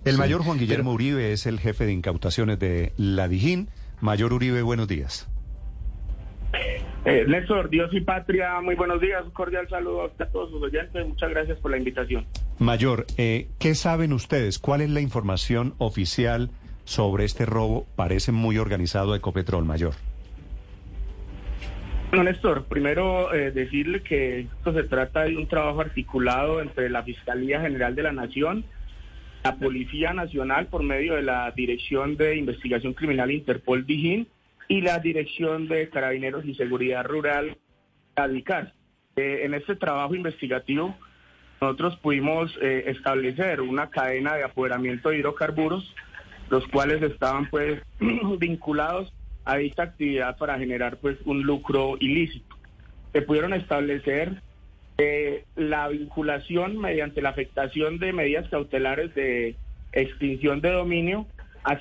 El Sí, mayor Juan Guillermo pero Uribe es el jefe de incautaciones de la Dijín. Mayor Uribe, buenos días. Néstor, Dios y Patria, muy buenos días, un cordial saludo a todos sus oyentes, muchas gracias por la invitación. Mayor, ¿qué saben ustedes? ¿Cuál es la información oficial sobre este robo? Parece muy organizado de Ecopetrol, Mayor. Bueno, Néstor, primero decirle que esto se trata de un trabajo articulado entre la Fiscalía General de la Nación, la Policía Nacional por medio de la Dirección de Investigación Criminal Interpol Dijín y la Dirección de Carabineros y Seguridad Rural, la DICAR. En este trabajo investigativo nosotros pudimos establecer una cadena de apoderamiento de hidrocarburos, los cuales estaban pues vinculados a esta actividad para generar pues un lucro ilícito. Se pudieron establecer la vinculación mediante la afectación de medidas cautelares de extinción de dominio a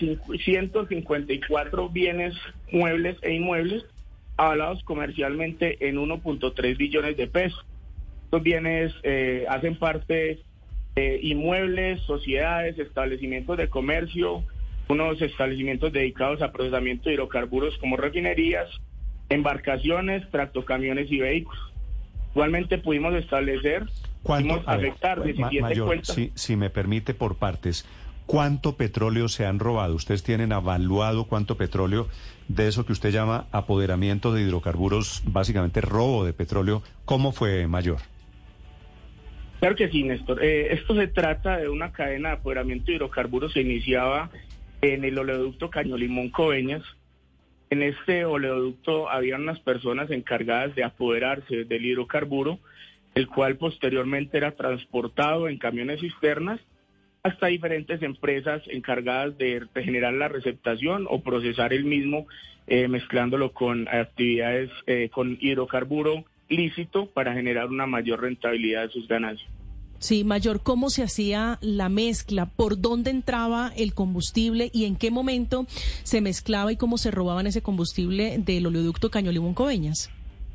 154 bienes muebles e inmuebles avalados comercialmente en 1.3 billones de pesos. Estos bienes hacen parte de inmuebles, sociedades, establecimientos de comercio, unos establecimientos dedicados a procesamiento de hidrocarburos como refinerías, embarcaciones, tractocamiones y vehículos. Igualmente pudimos establecer, afectar 17 Mayor, cuentas. si me permite por partes, ¿cuánto petróleo se han robado? ¿Ustedes tienen evaluado cuánto petróleo de eso que usted llama apoderamiento de hidrocarburos, básicamente robo de petróleo? ¿Cómo fue, Mayor? Claro que sí, Néstor. Esto se trata de una cadena de apoderamiento de hidrocarburos. Se iniciaba en el oleoducto Caño-Limón-Coveñas. En este oleoducto había unas personas encargadas de apoderarse del hidrocarburo, el cual posteriormente era transportado en camiones cisternas hasta diferentes empresas encargadas de generar la receptación o procesar el mismo, mezclándolo con actividades con hidrocarburo lícito para generar una mayor rentabilidad de sus ganancias. Sí, Mayor, ¿cómo se hacía la mezcla? ¿Por dónde entraba el combustible y en qué momento se mezclaba y cómo se robaban ese combustible del oleoducto Caño-Limón-Coveñas?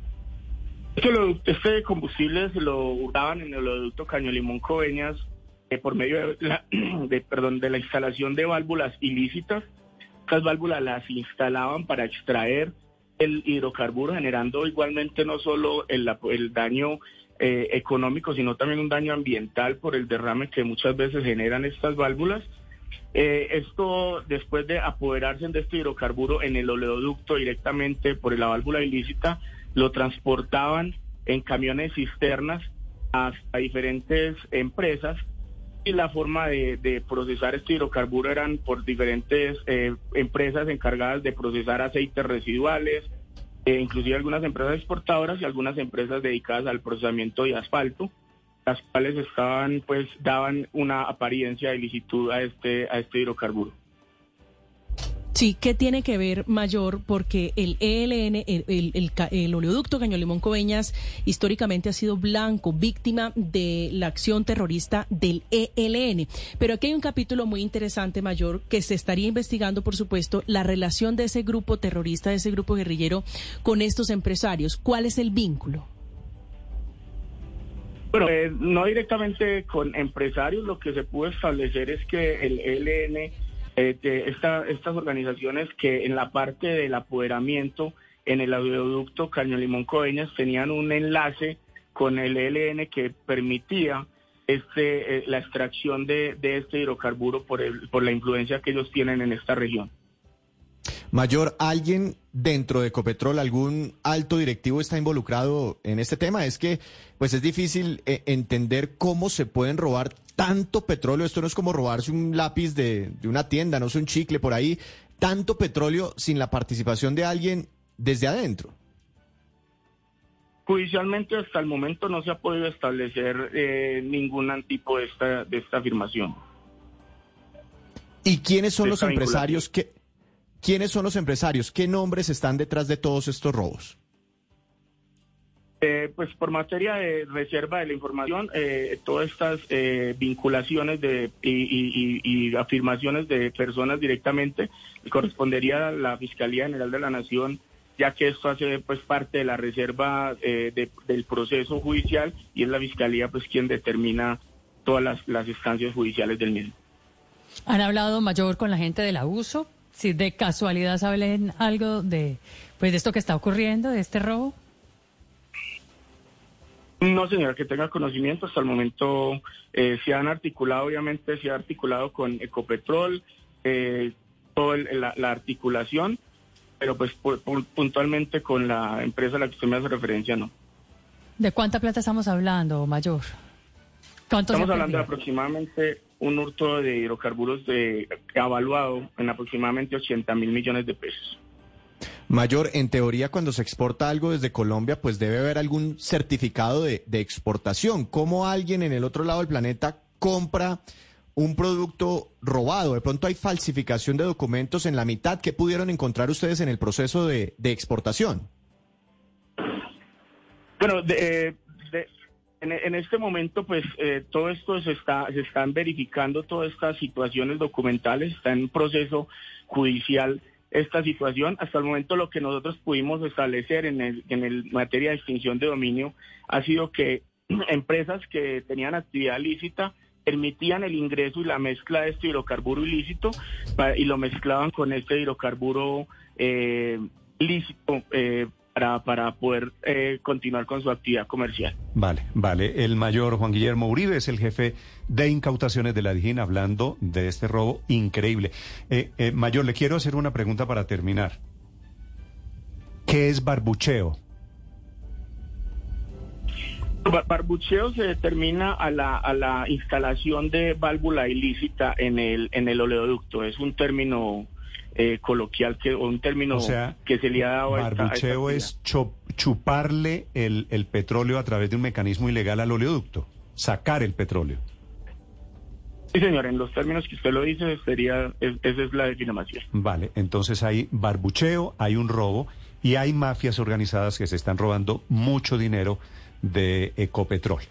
Este combustible se lo hurtaban en el oleoducto Caño-Limón-Coveñas por medio de la instalación de válvulas ilícitas. Estas válvulas las instalaban para extraer el hidrocarburo, generando igualmente no solo el daño económico, sino también un daño ambiental por el derrame que muchas veces generan estas válvulas. Esto, después de apoderarse de este hidrocarburo en el oleoducto directamente por la válvula ilícita, lo transportaban en camiones cisternas a diferentes empresas, y la forma de procesar este hidrocarburo eran por diferentes empresas encargadas de procesar aceites residuales, inclusive algunas empresas exportadoras y algunas empresas dedicadas al procesamiento de asfalto, las cuales daban una apariencia de ilicitud a este hidrocarburo. Sí, ¿qué tiene que ver, Mayor? Porque el ELN, el oleoducto Caño-Limón-Coveñas, históricamente ha sido blanco, víctima de la acción terrorista del ELN. Pero aquí hay un capítulo muy interesante, Mayor, que se estaría investigando, por supuesto, la relación de ese grupo terrorista, de ese grupo guerrillero, con estos empresarios. ¿Cuál es el vínculo? Bueno, no directamente con empresarios, lo que se pudo establecer es que el ELN... estas organizaciones que en la parte del apoderamiento en el oleoducto Caño-Limón-Coveñas tenían un enlace con el ELN que permitía la extracción de este hidrocarburo por la influencia que ellos tienen en esta región. Mayor, ¿alguien dentro de Ecopetrol, algún alto directivo está involucrado en este tema? Es que pues es difícil entender cómo se pueden robar tanto petróleo. Esto no es como robarse un lápiz de una tienda, no es un chicle por ahí. Tanto petróleo sin la participación de alguien desde adentro. Judicialmente hasta el momento no se ha podido establecer ningún tipo de esta afirmación. ¿Y quiénes son los empresarios que... ¿Quiénes son los empresarios? ¿Qué nombres están detrás de todos estos robos? Pues por materia de reserva de la información, todas estas vinculaciones y afirmaciones de personas directamente correspondería a la Fiscalía General de la Nación, ya que esto hace pues parte de la reserva del proceso judicial y es la Fiscalía pues quien determina todas las instancias judiciales del mismo. ¿Han hablado, Mayor, con la gente del abuso? Si de casualidad saben algo de esto que está ocurriendo, de este robo. No, señora, que tenga conocimiento. Hasta el momento se han articulado, obviamente, se ha articulado con Ecopetrol, toda la articulación, pero pues puntualmente con la empresa a la que usted me hace referencia, no. ¿De cuánta plata estamos hablando, Mayor? Estamos hablando de aproximadamente un hurto de hidrocarburos evaluado en aproximadamente 80.000 millones de pesos. Mayor, en teoría, cuando se exporta algo desde Colombia, pues debe haber algún certificado de exportación. ¿Cómo alguien en el otro lado del planeta compra un producto robado? De pronto hay falsificación de documentos en la mitad. ¿Qué pudieron encontrar ustedes en el proceso de exportación? Bueno, en este momento, pues todo esto se están verificando, todas estas situaciones documentales, está en proceso judicial esta situación. Hasta el momento lo que nosotros pudimos establecer en el materia de extinción de dominio ha sido que empresas que tenían actividad lícita permitían el ingreso y la mezcla de este hidrocarburo ilícito y lo mezclaban con este hidrocarburo lícito para poder continuar con su actividad comercial. Vale. El mayor Juan Guillermo Uribe es el jefe de incautaciones de la DIJÍN hablando de este robo increíble. Mayor, le quiero hacer una pregunta para terminar. ¿Qué es barbucheo? Barbucheo se determina a la instalación de válvula ilícita en el oleoducto. Es un término coloquial un término que se le ha dado a esta barbucheo es chuparle el petróleo a través de un mecanismo ilegal al oleoducto, sacar el petróleo. Sí, señor, en los términos que usted lo dice, esa es la definición. Vale, entonces hay barbucheo, hay un robo y hay mafias organizadas que se están robando mucho dinero de Ecopetrol.